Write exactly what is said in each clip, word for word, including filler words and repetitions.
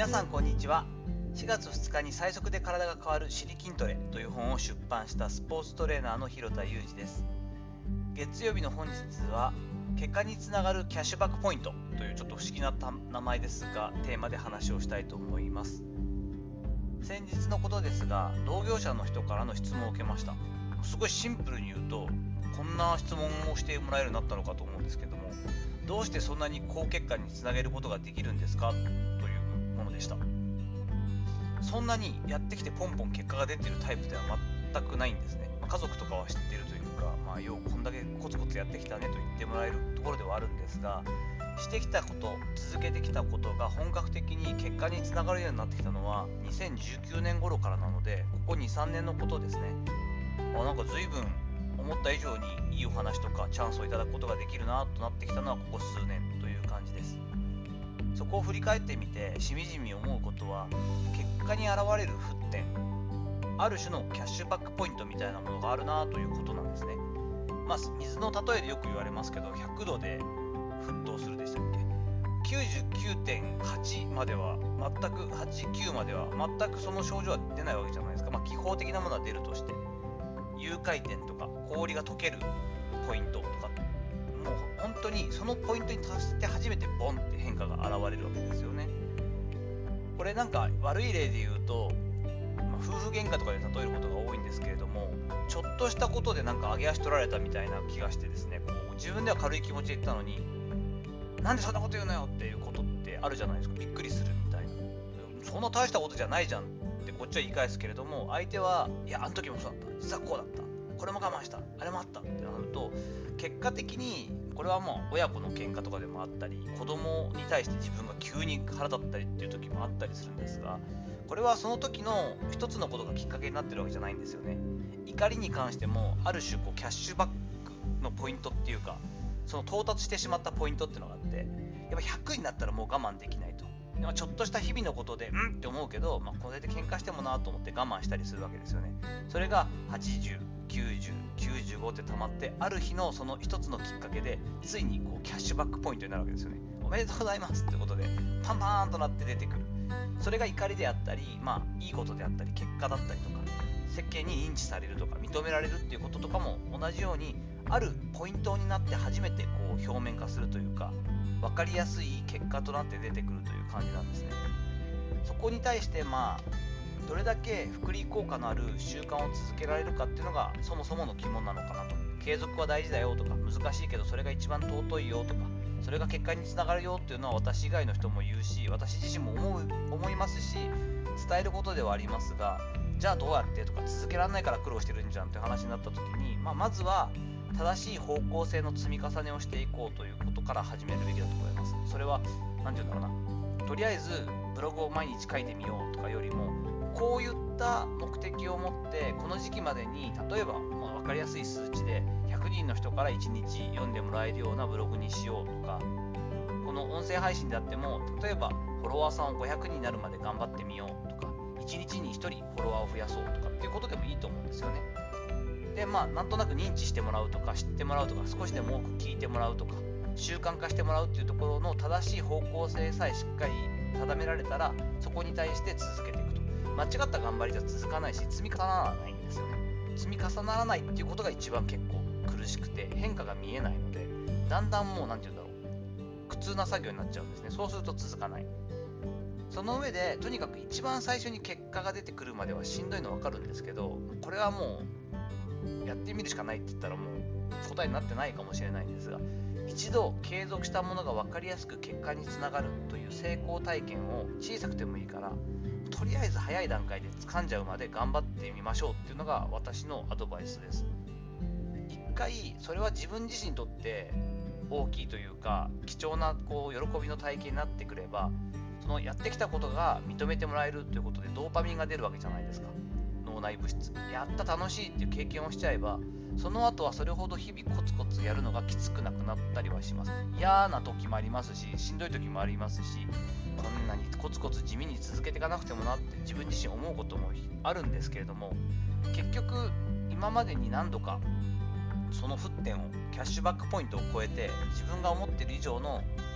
皆さんこんにちは。しがつふつかに最速で体が変わるシリ筋トレという本を出版したスポーツトレーナーの広田裕二です。月曜日の本日は結果につながるキャッシュバックポイントというちょっと不思議な名前ですがテーマで話をしたいと思います。先日のことですが、同業者の人からの質問を受けました。すごいシンプルに言うと、こんな質問をしてもらえるようになったのかと思うんですけども、どうしてそんなに好結果につなげることができるんですかというものでした。そんなにやってきてポンポン結果が出ているタイプでは全くないんですね。まあ、家族とかは知っているというか、まあ、ようこんだけコツコツやってきたねと言ってもらえるところではあるんですが、してきたこと、続けてきたことが本格的に結果につながるようになってきたのはにせんじゅうきゅうねん頃からなので、ここ にさんねんのことですね。あなんか随分思った以上にいいお話とかチャンスをいただくことができるなとなってきたのはここ数年という感じです。そこを振り返ってみてしみじみ思うことは、結果に現れる沸点、ある種のキャッシュバックポイントみたいなものがあるなということなんですね。まあ、水の例えでよく言われますけど、ひゃくどで沸騰するでしたっけ。きゅうじゅうきゅうてんはちまでは全くはち、きゅうまでは全くその症状は出ないわけじゃないですか。まあ、気泡的なものは出るとして、融解点とか氷が溶けるポイントとか、もう本当にそのポイントに達して初めてボンって変化が現れるわけですよね。これなんか悪い例で言うと、まあ、夫婦喧嘩とかで例えることが多いんですけれども、ちょっとしたことでなんか上げ足取られたみたいな気がしてですね、こう自分では軽い気持ちで言ったのに、なんでそんなこと言うのよっていうことってあるじゃないですか。びっくりするみたいな、そんな大したことじゃないじゃんってこっちは言い返すけれども、相手はいやあの時もそうだった、実はこうだった、これも我慢した、あれもあったってなると、結果的にこれはもう親子の喧嘩とかでもあったり、子供に対して自分が急に腹立ったりっていう時もあったりするんですが、これはその時の一つのことがきっかけになってるわけじゃないんですよね。怒りに関してもある種こうキャッシュバックのポイントっていうか、その到達してしまったポイントっていうのがあって、やっぱひゃくになったらもう我慢できないと。でもちょっとした日々のことでうんって思うけど、まあ、これで喧嘩してもなと思って我慢したりするわけですよね。それがはちじゅう、きゅうじゅう、きゅうじゅうごって溜まって、ある日のその一つのきっかけでついにこうキャッシュバックポイントになるわけですよね。おめでとうございますってことでパンパーンとなって出てくる。それが怒りであったり、まあいいことであったり、結果だったりとか、世間に認知されるとか認められるっていうこととかも同じように、あるポイントになって初めてこう表面化するというか、分かりやすい結果となって出てくるという感じなんですね。そこに対してまあどれだけ複利効果のある習慣を続けられるかっていうのがそもそもの疑問なのかなと。継続は大事だよとか、難しいけどそれが一番尊いよとか、それが結果につながるよっていうのは私以外の人も言うし、私自身も思う思いますし、伝えることではありますが、じゃあどうやってとか、続けられないから苦労してるんじゃんって話になった時に、まあ、まずは正しい方向性の積み重ねをしていこうということから始めるべきだと思います。それは何て言うんだろうな、とりあえずブログを毎日書いてみようとかよりも、こういった目的を持ってこの時期までに、例えば、まあ、分かりやすい数値でひゃくにんの人からいちにち読んでもらえるようなブログにしようとか、この音声配信であっても、例えばフォロワーさんをごひゃくにんになるまで頑張ってみようとか、いちにちにひとりフォロワーを増やそうとかっていうことでもいいと思うんですよね。でまあなんとなく認知してもらうとか、知ってもらうとか、少しでも多く聞いてもらうとか、習慣化してもらうっていうところの正しい方向性さえしっかり定められたら、そこに対して続けていくと。間違った頑張りじゃ続かないし、積み重ならないんですよね。積み重ならないっていうことが一番結構苦しくて、変化が見えないので、だんだんもうなんて言うんだろう、苦痛な作業になっちゃうんですね。そうすると続かない。その上でとにかく一番最初に結果が出てくるまではしんどいの分かるんですけど、これはもうやってみるしかないって言ったらもう答えになってないかもしれないんですが、一度継続したものが分かりやすく結果につながるという成功体験を小さくてもいいから、とりあえず早い段階で掴んじゃうまで頑張ってみましょうっていうのが私のアドバイスです。一回それは自分自身にとって大きいというか、貴重なこう喜びの体験になってくれば、そのやってきたことが認めてもらえるということでドーパミンが出るわけじゃないですか。脳内物質、やった楽しいっていう経験をしちゃえば、その後はそれほど日々コツコツやるのがきつくなくなったりはします。嫌な時もありますし、しんどい時もありますし、こんなにコツコツ地味に続けていかなくてもなって自分自身思うこともあるんですけれども、結局今までに何度かその沸点を、キャッシュバックポイントを超えて、自分が思っている以上の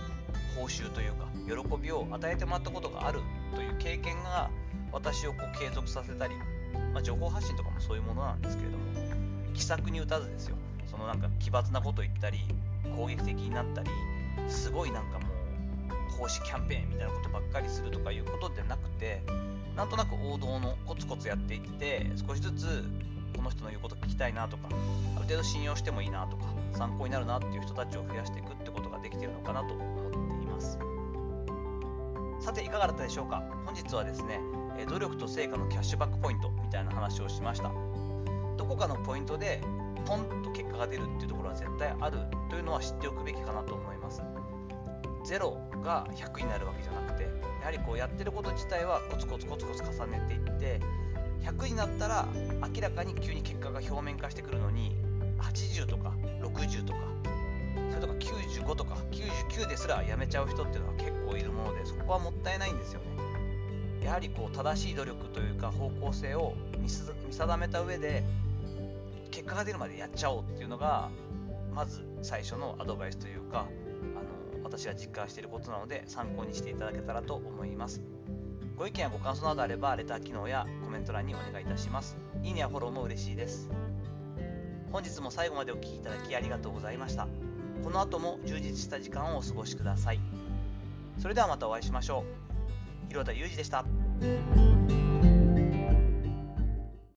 報酬というか喜びを与えてもらったことがあるという経験が私をこう継続させたり、まあ、情報発信とかもそういうものなんですけれども、気さくに打たずですよ、そのなんか奇抜なこと言ったり攻撃的になったり、すごいなんかもう奉仕キャンペーンみたいなことばっかりするとかいうことでなくて、なんとなく王道のコツコツやっていって少しずつこの人の言うこと聞きたいなとか、ある程度信用してもいいなとか参考になるなっていう人たちを増やしていくってことができているのかなと思っています。さていかがだったでしょうか。本日はですね、努力と成果のキャッシュバックポイントみたいな話をしました。どこかのポイントでポンと結果が出るっていうところは絶対あるというのは知っておくべきかなと思います。ゼロがひゃくになるわけじゃなくて、やはりこうやってること自体はコツコツコツコツ重ねていって、ひゃくになったら明らかに急に結果が表面化してくるのに、はちじゅうとかろくじゅうとかそれとかきゅうじゅうごとかきゅうじゅうきゅうですらやめちゃう人っていうのは結構いるもので、そこはもったいないんですよね。やはりこう正しい努力というか方向性を見定めた上で結果が出るまでやっちゃおうっていうのがまず最初のアドバイスというか、あの私が実感していることなので参考にしていただけたらと思います。ご意見やご感想などあればレター機能やコメント欄にお願いいたします。いいねやフォローも嬉しいです。本日も最後までお聞きいただきありがとうございました。この後も充実した時間をお過ごしください。それではまたお会いしましょう。広田裕二でした。